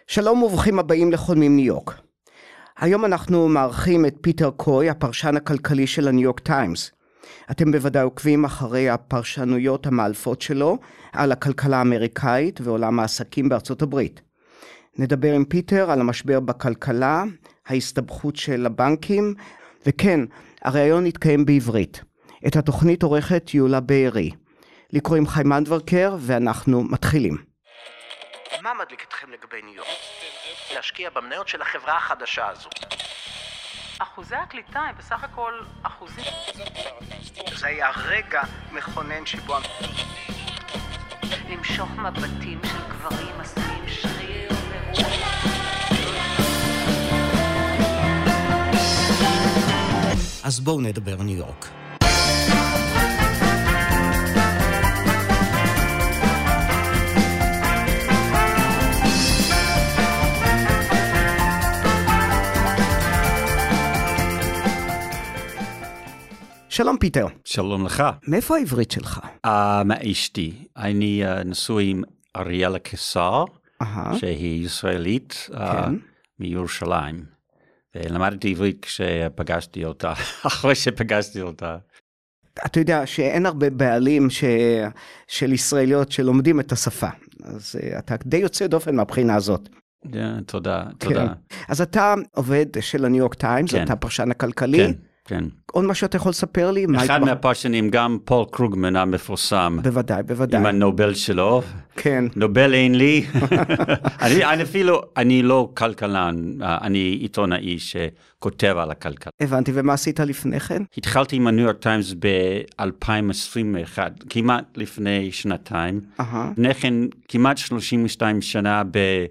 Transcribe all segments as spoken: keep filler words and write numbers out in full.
שלום וברוכים הבאים לחולמים ניו יורק. היום אנחנו מארחים את פיטר קוי, הפרשן הכלכלי של הניו יורק טיימס. אתם בוודאי עוקבים אחרי הפרשנויות המאלפות שלו על הכלכלה האמריקאית ועולם העסקים בארצות הברית. נדבר עם פיטר על המשבר בכלכלה, ההסתבכות של הבנקים, וכן, הרעיון יתקיים בעברית. את התוכנית עורכת יולה בארי. לי קוראים חיים אנדברקר ואנחנו מתחילים. מה מדליק אתכם לגבי ניו יורק? להשקיע במניות של החברה החדשה הזו. אחוזי הקליטה הם בסך הכל אחוזים. זה היה רגע מכונן שבו למשוך מבטים של גברים עשויים שריר ורוח. אז בואו נדבר ניו יורק. שלום פיטר. שלום לך. מאיפה העברית שלך? Uh, מאשתי. אני uh, נשוי עם אריאלה קיסר, uh-huh. שהיא ישראלית uh, כן. מירושלים. ולמדתי עברית כשפגשתי אותה, אחרי שפגשתי אותה. אתה יודע שאין הרבה בעלים ש... של ישראליות שלומדים את השפה. אז uh, אתה די יוצא דופן מהבחינה הזאת. Yeah, תודה, תודה. כן. אז אתה עובד של הניו יורק טיימס, כן. אתה הפרשן הכלכלי. כן. כן. עוד משהו אתה יכול לספר לי? אחד מהפרשנים, גם פול קרוגמן המפורסם. בוודאי, בוודאי. עם הנובל שלו. כן. נובל אין לי. אני, אני אפילו, אני לא כלכלן, אני עיתונאי שכותב על הכלכלה. הבנתי, ומה עשית לפני כן? התחלתי עם הניו יורק טיימס ב-אלפיים עשרים ואחת, כמעט לפני שנתיים. לפני כן, כמעט שלושים ושתיים שנה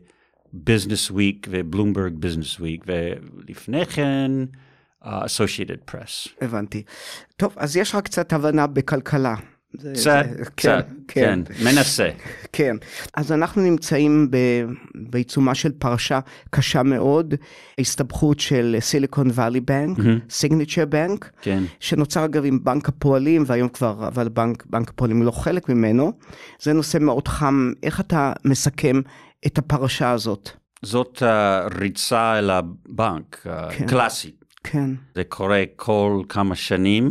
בביזנס וויק ובלומברג ביזנס וויק, ולפני כן... Uh, Associated Press. הבנתי. טוב, אז יש רק קצת הבנה בכלכלה. זה, קצת, זה, קצת, כן, כן, כן, מנסה. כן, אז אנחנו נמצאים ב, בעיצומה של פרשה קשה מאוד, הסתבכות של סיליקון ואלי בנק, סיגניצ'ר בנק, כן. שנוצר אגב עם בנק הפועלים, והיום כבר, אבל בנק, בנק הפועלים לא חלק ממנו. זה נושא מאוד חם. איך אתה מסכם את הפרשה הזאת? זאת uh, ריצה אל הבנק, uh, כן. קלאסית. כן. זה קורה כל כמה שנים.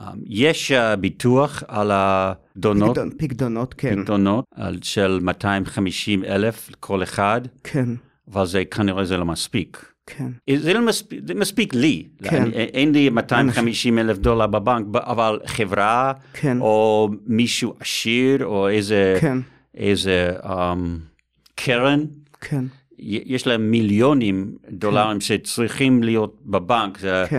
יש ביטוח על הדונות. פקדונות, כן. פקדונות של מאתיים וחמישים אלף כל אחד. כן. אבל זה כנראה זה לא מספיק. כן. זה לא מספיק, זה מספיק לי. כן. אין לי מאתיים וחמישים אלף דולר בבנק, אבל חברה, כן. או מישהו עשיר, או איזה, כן. איזה um, קרן. כן. יש להם מיליונים דולרים שצריכים להיות בבנק,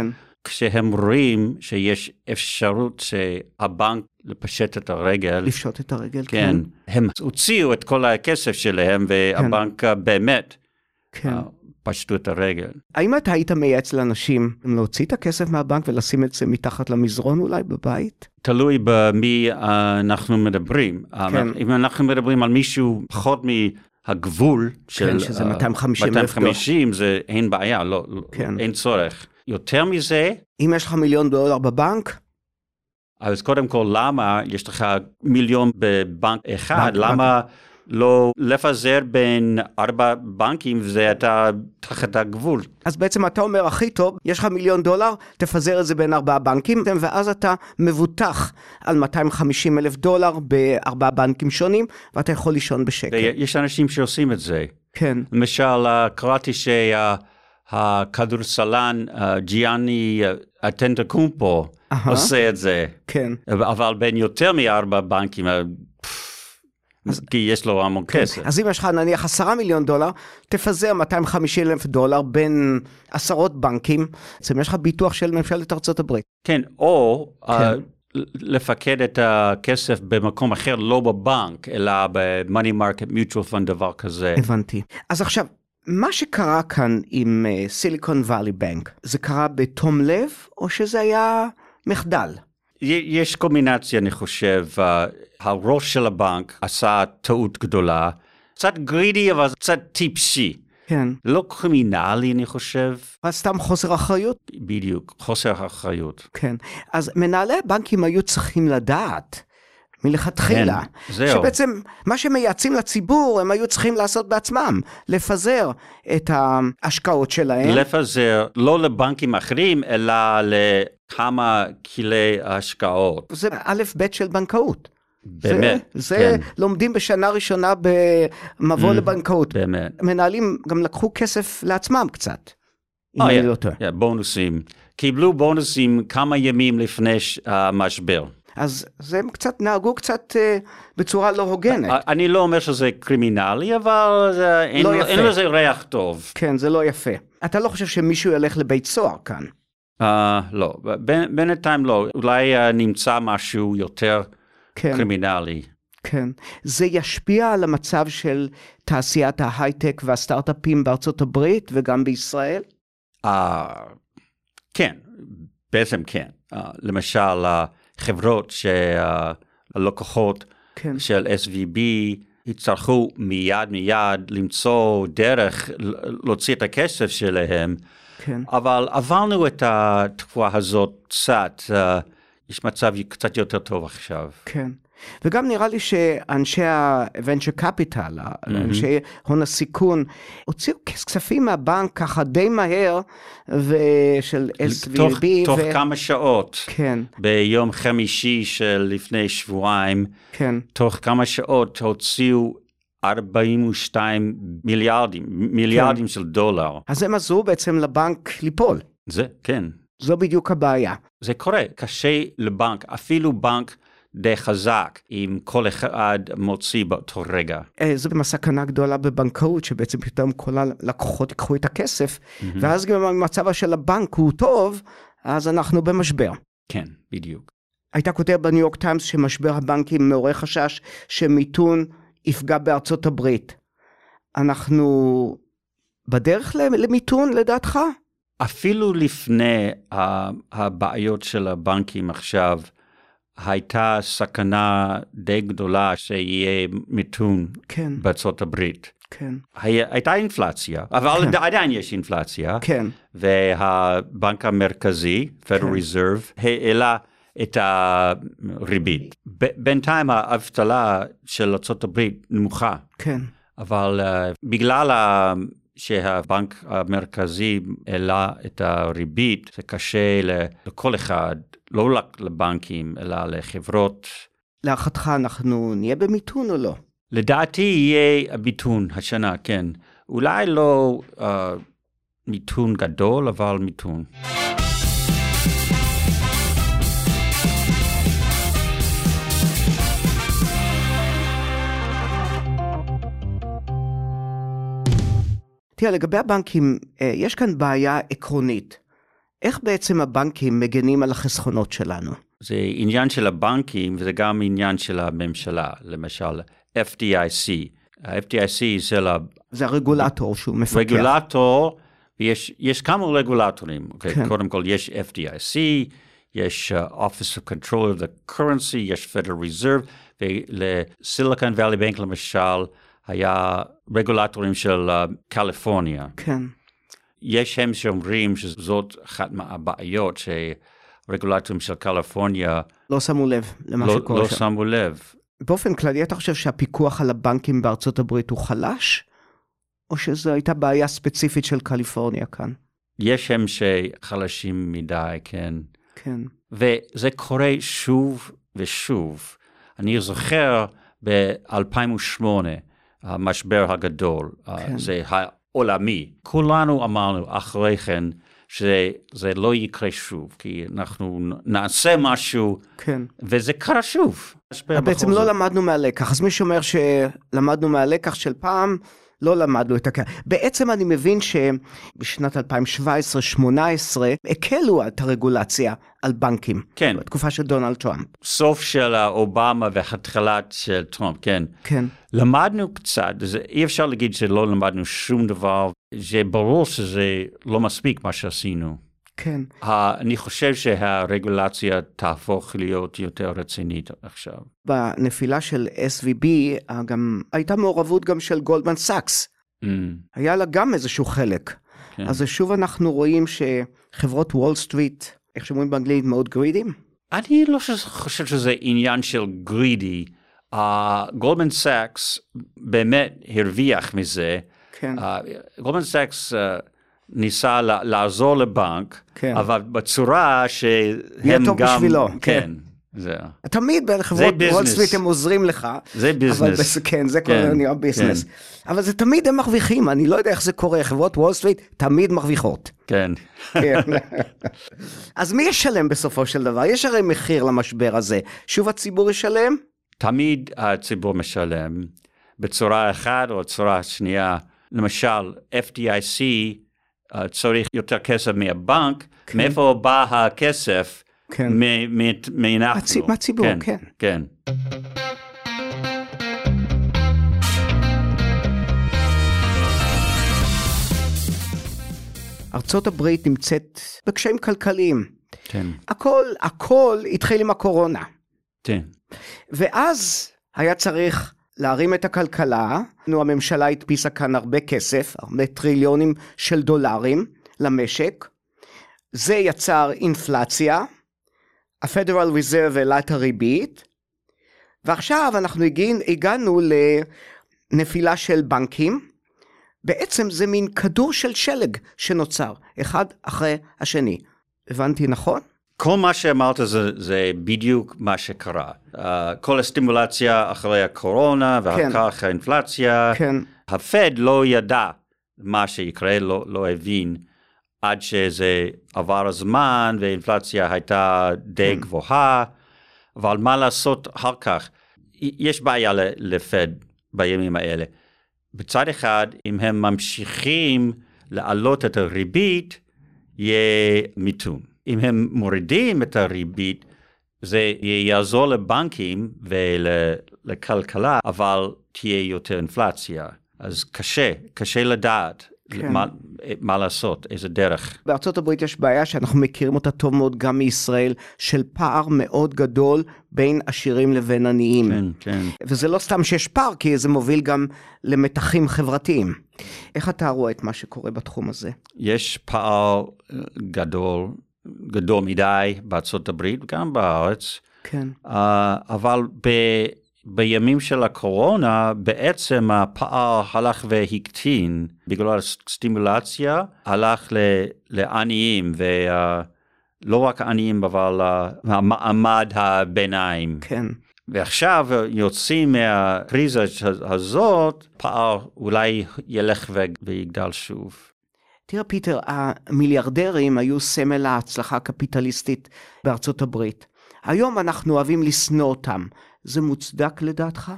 כשהם רואים שיש אפשרות שהבנק לפשט את הרגל. לפשוט את הרגל, כן. הם הוציאו את כל הכסף שלהם, והבנק באמת פשטו את הרגל. האם אתה היית מייעץ לאנשים להוציא את הכסף מהבנק ולשים את זה מתחת למזרון אולי בבית? תלוי במי אנחנו מדברים. אם אנחנו מדברים על מישהו פחות מ... הגבול של כן, שזה מאתיים וחמישים אלף דולר. זה אין בעיה, לא, כן. אין צורך. יותר מזה... אם יש לך מיליון דולר בבנק? אז קודם כל, למה יש לך מיליון בבנק אחד? בנק, למה בנק. לא לפזר בין ארבע בנקים וזה אתה תחת הגבול? אז בעצם אתה אומר, הכי טוב, יש לך מיליון דולר, תפזר את זה בין ארבעה בנקים, ואז אתה מבוטח על מאתיים וחמישים אלף דולר בארבעה בנקים שונים, ואתה יכול לישון בשקט. יש אנשים שעושים את זה. כן. למשל, קראתי שהכדורסלן ג'יאני אנטטוקומפו עושה את זה. כן. אבל בין יותר מארבעה בנקים... אז, כי יש לו המון כן. כסף. אז אם יש לך נניח עשרה מיליון דולר, תפזר מאתיים וחמישים אלף דולר בין עשרות בנקים, אז יש לך ביטוח של ממשלת ארצות הברית. כן, או כן. Uh, לפקד את הכסף במקום אחר, לא בבנק, אלא ב-money market mutual fund, דבר כזה. הבנתי. אז עכשיו, מה שקרה כאן עם סיליקון ואלי בנק, זה קרה בתום לב, או שזה היה מחדל? יש קומבינציה, אני חושב, uh, הראש של הבנק עשה טעות גדולה, קצת גרידי, אבל קצת טיפשי. כן. לא קרימינלי, אני חושב. אז סתם חוסר אחריות? בדיוק, חוסר אחריות. כן. אז מנהלי הבנקים היו צריכים לדעת מלכתחילה. כן, זהו. שבעצם מה שמייעצים לציבור, הם היו צריכים לעשות בעצמם, לפזר את ההשקעות שלהם. לפזר, לא לבנקים אחרים, אלא לכמה כלי השקעות. זה א' ב' של בנקאות. באמת, זה, זה כן. לומדים בשנה ראשונה במבוא mm, לבנקאות. באמת. מנהלים גם לקחו כסף לעצמם קצת. Oh, yeah, yeah, בונוסים. קיבלו בונוסים כמה ימים לפני המשבר. אז זה קצת, נהגו קצת uh, בצורה לא הוגנת. אני לא אומר שזה קרימינלי, אבל זה, לא אין, אין לזה ריח טוב. כן, זה לא יפה. אתה לא חושב שמישהו ילך לבית סוהר כאן? Uh, לא, בינתיים לא. אולי uh, נמצא משהו יותר כן. קרימינלי. כן. זה ישפיע על המצב של תעשיית ההייטק והסטארט-אפים בארצות הברית וגם בישראל? Uh, כן, בעצם כן. Uh, למשל, uh, חברות שהלקוחות כן. של אס וי בי יצטרכו מיד מיד למצוא דרך להוציא את הכסף שלהם, כן. אבל עברנו את התקופה הזאת קצת, uh, יש מצב קצת יותר טוב עכשיו. כן. וגם נראה לי שאנשי ה-venture capital, mm-hmm. אנשי הון הסיכון, הוציאו כספים מהבנק ככה די מהר, ושל אס וי בי. תוך, ו... תוך כמה שעות. כן. ביום חמישי של לפני שבועיים, כן. תוך כמה שעות הוציאו ארבעים ושתיים מיליארדים, מיליארדים כן. של דולר. אז הם עזרו בעצם לבנק ליפול. זה, כן. זו בדיוק הבעיה. זה קורה, קשה לבנק, אפילו בנק, די חזק, אם כל אחד מוציא באותו רגע. זו מסכנה גדולה בבנקאות, שבעצם פתאום כל הלקוחות יקחו את הכסף, mm-hmm. ואז גם המצב של הבנק הוא טוב, אז אנחנו במשבר. כן, בדיוק. הייתה כותב בניו יורק טיימס שמשבר הבנקים מעורר חשש שמיתון יפגע בארצות הברית. אנחנו בדרך למיתון לדעתך? אפילו לפני הבעיות של הבנקים עכשיו, הייתה סכנה די גדולה שיהיה מיתון כן. בארצות הברית. כן. הי, הייתה אינפלציה, אבל כן. עדיין יש אינפלציה. כן. והבנק המרכזי, Federal כן. Reserve, העלה את הריבית. ב- בינתיים האבטלה של ארצות הברית נמוכה. כן. אבל uh, בגלל ה... שהבנק המרכזי העלה את הריבית, זה קשה לכל אחד, לא רק לבנקים, אלא לחברות. להערכתך אנחנו נהיה במיתון או לא? לדעתי יהיה מיתון השנה, כן. אולי לא uh, מיתון גדול, אבל מיתון. תראה, לגבי הבנקים, יש כאן בעיה עקרונית. איך בעצם הבנקים מגנים על החסכונות שלנו? זה עניין של הבנקים, וזה גם עניין של הממשלה. למשל, אף די איי סי. ה-אף די איי סי זה... זה הרגולטור שהוא מפקח. רגולטור, ויש יש כמה רגולטורים. Okay? כן. קודם כל, יש אף די איי סי, יש uh, Office of Control of the Currency, יש Federal Reserve, ולסיליקון ואלי בנק למשל, היה רגולטורים של uh, קליפורניה. כן. יש הם שאומרים שזאת אחת מהבעיות שרגולטורים של קליפורניה לא שמו לב למה לא, שקורה לא שם. לא שמו לב. באופן כללי, אתה חושב שהפיקוח על הבנקים בארצות הברית הוא חלש? או שזו הייתה בעיה ספציפית של קליפורניה כאן? יש הם שחלשים מדי, כן. כן. וזה קורה שוב ושוב. אני זוכר ב-אלפיים ושמונה, המשבר הגדול, כן. זה העולמי. כולנו אמרנו אחרי כן שזה לא יקרה שוב, כי אנחנו נעשה משהו, כן. וזה קרה שוב. בעצם לא למדנו מהלקח, אז מי שאומר שלמדנו מהלקח של פעם, לא למדנו את הכלל. בעצם אני מבין שבשנת אלפיים שבע עשרה שמונה עשרה הקלו את הרגולציה על בנקים. כן. בתקופה של דונלד טראמפ. סוף של אובמה והתחלת של טראמפ, כן. כן. למדנו קצת, זה, אי אפשר להגיד שלא למדנו שום דבר, זה ברור שזה לא מספיק מה שעשינו. כן. אני חושב שהרגולציה תהפוך להיות יותר רצינית עכשיו. בנפילה של אס וי בי גם הייתה מעורבות גם של גולדמן סאקס. Mm. היה לה גם איזשהו חלק. כן. אז שוב אנחנו רואים שחברות וול סטריט, איך שאומרים באנגלית, מאוד גרידים. אני לא חושב שזה עניין של גרידי. גולדמן סאקס באמת הרוויח מזה. כן. גולדמן סאקס ניסה לעזור לבנק, כן. אבל בצורה שהם יהיה גם... בשבילו. כן. זה... תמיד בחברות וול סטריט הם עוזרים לך. זה ביזנס. אבל, כן, זה כן, נראה ביזנס. כן. אבל זה תמיד הם מרוויחים, אני לא יודע איך זה קורה, חברות וול סטריט תמיד מרוויחות. כן. כן. אז מי ישלם בסופו של דבר? יש הרי מחיר למשבר הזה. שוב הציבור ישלם? תמיד הציבור משלם, בצורה אחת או צורה שנייה. למשל, אף די איי סי uh, צריך יותר כסף מהבנק, כן. מאיפה בא הכסף? כן. מאנחנו. מהציבור, כן. כן. ארצות הברית נמצאת בקשיים כלכליים. כן. הכל, הכל התחיל עם הקורונה. כן. ואז היה צריך להרים את הכלכלה. נו, הממשלה הדפיסה כאן הרבה כסף, הרבה טריליונים של דולרים למשק. זה יצר אינפלציה. ה-Federal Reserve העלה את הריבית, ועכשיו אנחנו הגענו לנפילה של בנקים, בעצם זה מין כדור של שלג שנוצר, אחד אחרי השני. הבנתי נכון? כל מה שאמרת זה, זה בדיוק מה שקרה. Uh, כל הסטימולציה אחרי הקורונה, ואחר כך האינפלציה, כן. הפד לא ידע מה שיקרה, לא, לא הבין, עד שזה עבר הזמן, והאינפלציה הייתה די גבוהה, אבל מה לעשות אחר כך? יש בעיה לפד בימים האלה. בצד אחד, אם הם ממשיכים להעלות את הריבית, יהיה מיתון. אם הם מורידים את הריבית, זה יעזור לבנקים ולכלכלה, אבל תהיה יותר אינפלציה. אז קשה, קשה לדעת. כן. מה, מה לעשות, איזה דרך. בארצות הברית יש בעיה שאנחנו מכירים אותה טוב מאוד גם מישראל, של פער מאוד גדול בין עשירים לבין עניים. כן, כן. וזה לא סתם שיש פער, כי זה מוביל גם למתחים חברתיים. איך אתה רואה את מה שקורה בתחום הזה? יש פער גדול, גדול מדי בארצות הברית, גם בארץ. כן. אבל ב... בימים של הקורונה, בעצם הפער הלך והקטין, בגלל הסטימולציה, הלך לעניים, ולא רק עניים, אבל המעמד הביניים. כן. ועכשיו יוצאים מהקריזה הזאת, פער אולי ילך ויגדל שוב. תראה פיטר, המיליארדרים היו סמל ההצלחה הקפיטליסטית בארצות הברית. היום אנחנו אוהבים לשנוא אותם. זה מוצדק לדעתך?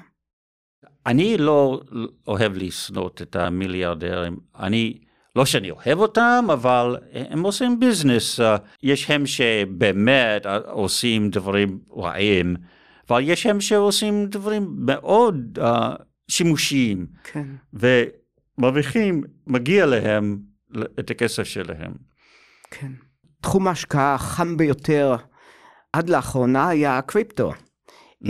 אני לא אוהב לשנות את המיליארדרים. אני, לא שאני אוהב אותם, אבל הם עושים ביזנס. יש הם שבאמת עושים דברים רעים, אבל יש הם שעושים דברים מאוד uh, שימושיים. כן. ומרוויחים, מגיע להם את הכסף שלהם. כן. תחום ההשקעה החם ביותר עד לאחרונה היה הקריפטו. Mm.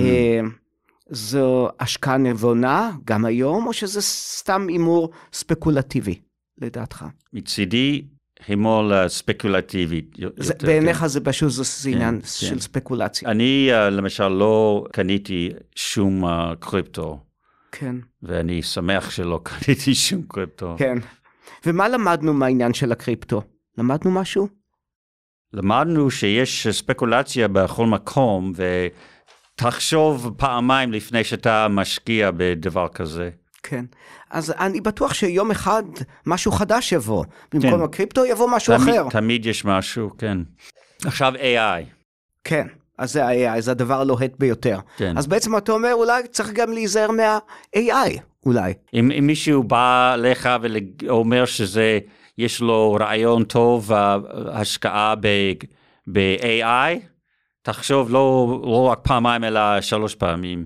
זו השקעה נבונה גם היום, או שזה סתם הימור ספקולטיבי, לדעתך? מצידי, הימור ספקולטיבי. בעיניך זה פשוט זה עניין של ספקולציה. אני למשל לא קניתי שום קריפטו. כן. ואני שמח שלא קניתי שום קריפטו. כן. ומה למדנו מהעניין של הקריפטו? למדנו משהו? למדנו שיש ספקולציה בכל מקום, ו... תחשוב פעמיים לפני שאתה משקיע בדבר כזה. כן. אז אני בטוח שיום אחד משהו חדש יבוא. במקום כן. הקריפטו יבוא משהו תמיד, אחר. תמיד יש משהו, כן. עכשיו איי איי. כן. אז זה ה-איי איי, זה הדבר הלוהט ביותר. כן. אז בעצם אתה אומר, אולי צריך גם להיזהר מה-איי איי, אולי. אם, אם מישהו בא לך ואומר שזה, יש לו רעיון טוב, השקעה ב-איי איי, תחשוב לא, לא רק פעמיים, אלא שלוש פעמים.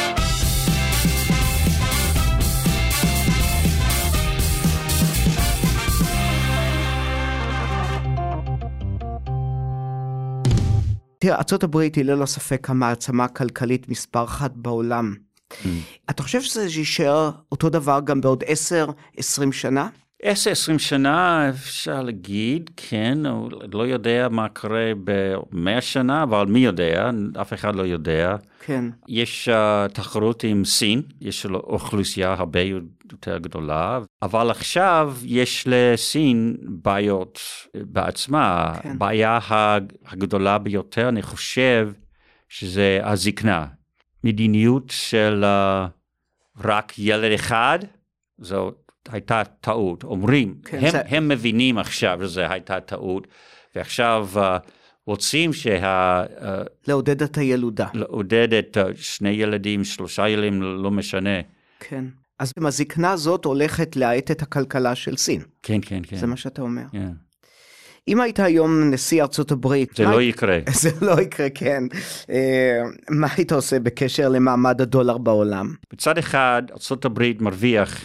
תראה, ארצות הברית היא ללא ספק המעצמה הכלכלית מספר אחת בעולם. Mm. אתה חושב שזה יישאר אותו דבר גם בעוד עשר, עשרים שנה? עשר עשרים שנה אפשר להגיד, כן, לא יודע מה קורה במאה שנה, אבל מי יודע, אף אחד לא יודע. כן. יש uh, תחרות עם סין, יש לו אוכלוסייה הרבה יותר גדולה, אבל עכשיו יש לסין בעיות בעצמה. כן. בעיה הגדולה ביותר, אני חושב, שזה הזקנה. מדיניות של uh, רק ילד אחד, זאת הייתה טעות, אומרים, כן, הם, זה... הם מבינים עכשיו שזו הייתה טעות, ועכשיו uh, רוצים שה... Uh, לעודד את הילודה. לעודד את uh, שני ילדים, שלושה ילדים, לא משנה. כן, אז הזקנה הזאת הולכת להאט את הכלכלה של סין. כן, כן, כן. זה מה שאתה אומר. כן. אם היית היום נשיא ארצות הברית... זה לא יקרה. זה לא יקרה, כן. מה היית עושה בקשר למעמד הדולר בעולם? בצד אחד, ארצות הברית מרוויח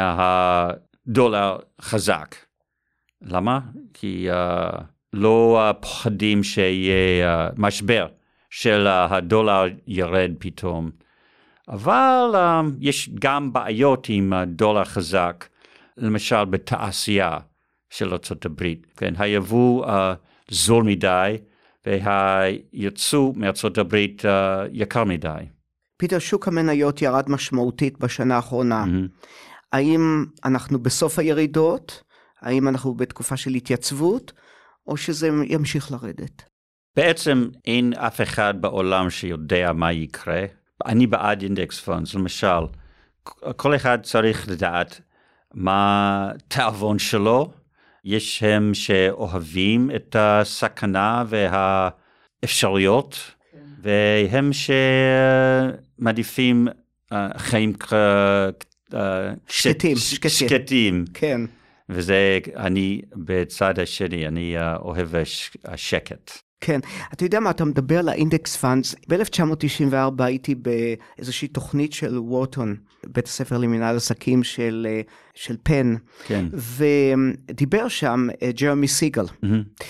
מהדולר חזק. למה? כי uh, לא uh, פוחדים שיהיה uh, משבר של uh, הדולר ירד פתאום. אבל uh, יש גם בעיות עם הדולר חזק, למשל בתעשייה של ארצות הברית. כן, היבוא uh, זול מדי, והייצוא מארצות הברית uh, יקר מדי. פיטר, שוק המניות ירד משמעותית בשנה האחרונה. Mm-hmm. האם אנחנו בסוף הירידות? האם אנחנו בתקופה של התייצבות? או שזה ימשיך לרדת? בעצם אין אף אחד בעולם שיודע מה יקרה. אני בעד אינדקס פונדס, למשל, כל אחד צריך לדעת מה תאבון שלו. יש הם שאוהבים את הסכנה והאפשרויות, והם שמעדיפים חיים שקטים, שקטים. כן. וזה, אני בצד השני, אני אוהב השקט. כן, אתה יודע מה, אתה מדבר על האינדקס פאנדס, ב-אלף תשע מאות תשעים וארבע הייתי באיזושהי תוכנית של וורטון, בית הספר למנהל עסקים של, של פן, כן. ודיבר שם ג'רמי סיגל, mm-hmm.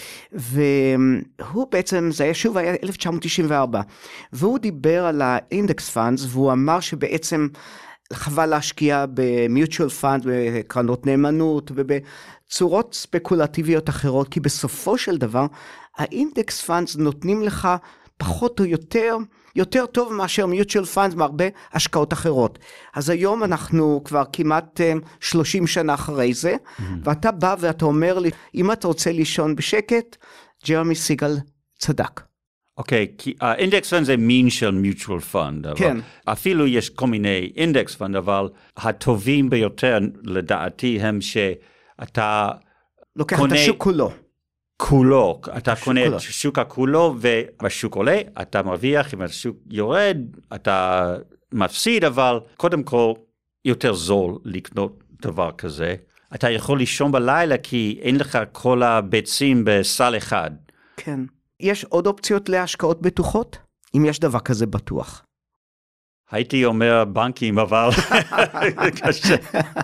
והוא בעצם, זה היה שוב היה אלף תשע מאות תשעים וארבע, והוא דיבר על האינדקס פאנדס, והוא אמר שבעצם חבל להשקיע במיוטשואל פאנד, בקרנות נאמנות, ובצורות ספקולטיביות אחרות, כי בסופו של דבר, האינדקס פאנדס נותנים לך פחות או יותר, יותר טוב מאשר מיוטשואל פאנדס מהרבה השקעות אחרות. אז היום אנחנו כבר כמעט שלושים שנה אחרי זה, mm-hmm. ואתה בא ואתה אומר לי, אם אתה רוצה לישון בשקט, ג'רמי סיגל צדק. אוקיי, כי האינדקס פאנד זה מין של מיוטשואל פאנד. כן. אפילו יש כל מיני אינדקס פאנד, אבל הטובים ביותר לדעתי הם שאתה לוקח קונה... את השוק כולו. כולו, אתה קונה את השוק הכולו, והשוק עולה, אתה מרוויח, אם השוק יורד, אתה מפסיד, אבל קודם כל יותר זול לקנות דבר כזה. אתה יכול לישון בלילה, כי אין לך כל הביצים בסל אחד. כן. יש עוד אופציות להשקעות בטוחות? אם יש דבר כזה בטוח. הייתי אומר בנקים, אבל קשה.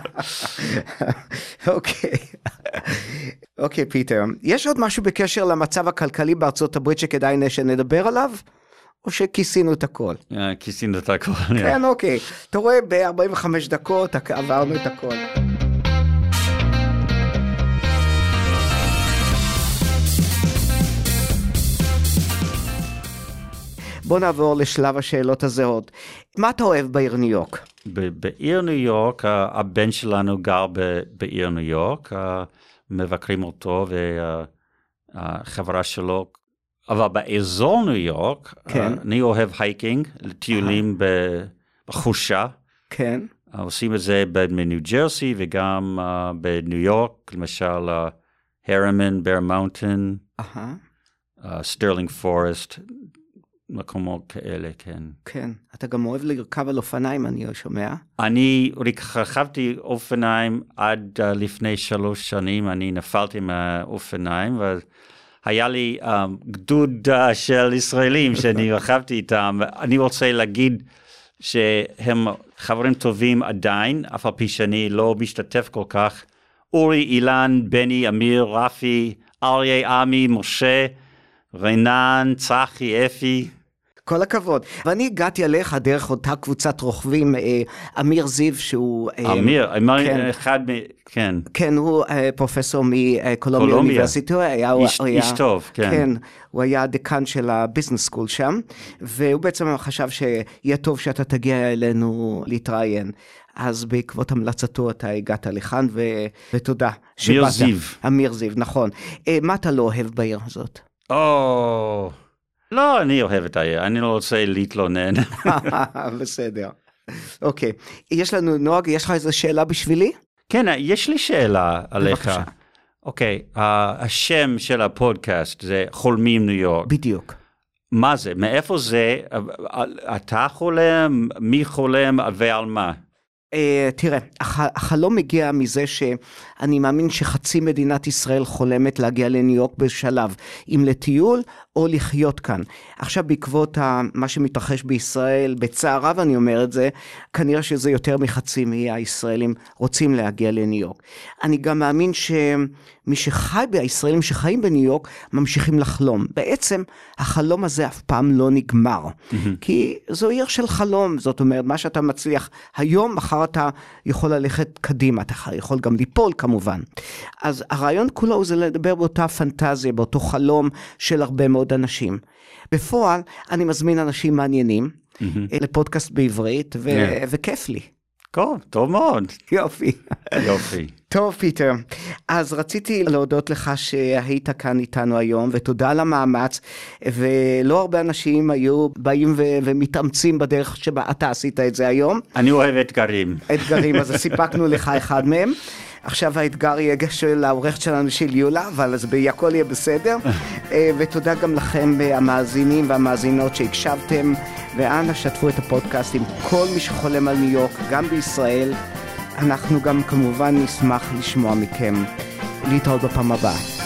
אוקיי. אוקיי, פיטר. יש עוד משהו בקשר למצב הכלכלי בארצות הברית שכדאי שנדבר עליו? או שכיסינו את הכל? כיסינו את הכל. כן, אוקיי. אתה רואה, ב-ארבעים וחמש דקות עברנו את הכל. בוא נעבור לשלב השאלות הזהות. מה אתה אוהב בעיר ניו יורק? בעיר ניו יורק, הבן שלנו גר בעיר ניו יורק, מבקרים אותו והחברה שלו, אבל באזור ניו יורק, כן. אני אוהב הייקינג, טיולים בחושה. כן. עושים את זה בניו ג'רסי וגם בניו יורק, למשל הרמן, בר מאונטן, סטרלינג פורסט, מקומות כאלה, כן. כן. אתה גם אוהב לרכב על אופניים, אני שומע. אני רכבתי אופניים עד uh, לפני שלוש שנים, אני נפלתי מהאופניים, והיה לי um, גדוד uh, של ישראלים שאני רכבתי איתם. אני רוצה להגיד שהם חברים טובים עדיין, אף על פי שאני לא משתתף כל כך. אורי, אילן, בני, אמיר, רפי, אריה, עמי, משה, רינן, צחי, אפי. כל הכבוד. ואני הגעתי עליך דרך אותה קבוצת רוכבים, אמיר זיו, שהוא... אמיר, אמיר כן, אחד מ... כן. כן, הוא פרופסור מקולומביה אוניברסיטי. איש, איש טוב, כן. כן, הוא היה דקן של הביזנס סקול שם, והוא בעצם חשב שיהיה טוב שאתה תגיע אלינו להתראיין. אז בעקבות המלצתו אתה הגעת לכאן, ו... ותודה. אמיר זיו. אמיר זיו, נכון. מה אתה לא אוהב בעיר הזאת? או... לא, אני אוהב את העיר, אני לא רוצה להתלונן. בסדר. אוקיי, יש לנו, נועג, יש לך איזו שאלה בשבילי? כן, יש לי שאלה עליך. בבקשה. אוקיי, השם של הפודקאסט זה חולמים ניו יורק. בדיוק. מה זה? מאיפה זה? אתה חולם? מי חולם? ועל מה? Uh, תראה, הח, החלום מגיע מזה שאני מאמין שחצי מדינת ישראל חולמת להגיע לניו יורק בשלב, אם לטיול או לחיות כאן. עכשיו בעקבות ה, מה שמתרחש בישראל, בצער רב אני אומר את זה, כנראה שזה יותר מחצי מהישראלים רוצים להגיע לניו יורק. אני גם מאמין שמי שחי, הישראלים שחיים בניו יורק, ממשיכים לחלום. בעצם החלום הזה אף פעם לא נגמר, mm-hmm. כי זו עיר של חלום, זאת אומרת, מה שאתה מצליח היום, מחר אתה יכול ללכת קדימה, אתה יכול גם ליפול כמובן. אז הרעיון כולו זה לדבר באותה פנטזיה, באותו חלום של הרבה מאוד אנשים. בפועל, אני מזמין אנשים מעניינים, mm-hmm. לפודקאסט בעברית, ו- yeah. וכיף לי. טוב, טוב מאוד. יופי. יופי. טוב, פיטר. אז רציתי להודות לך שהיית כאן איתנו היום, ותודה על המאמץ, ולא הרבה אנשים היו באים ו- ומתאמצים בדרך שבה אתה עשית את זה היום. אני אוהב אתגרים. אתגרים, אז סיפקנו לך אחד מהם. עכשיו האתגר יהיה של העורכת שלנו של יולה, אבל אז הכל יהיה בסדר. ותודה גם לכם המאזינים והמאזינות שהקשבתם, ואנא שתפו את הפודקאסט עם כל מי שחולם על ניו יורק, גם בישראל. אנחנו גם כמובן נשמח לשמוע מכם. להתראות בפעם הבאה.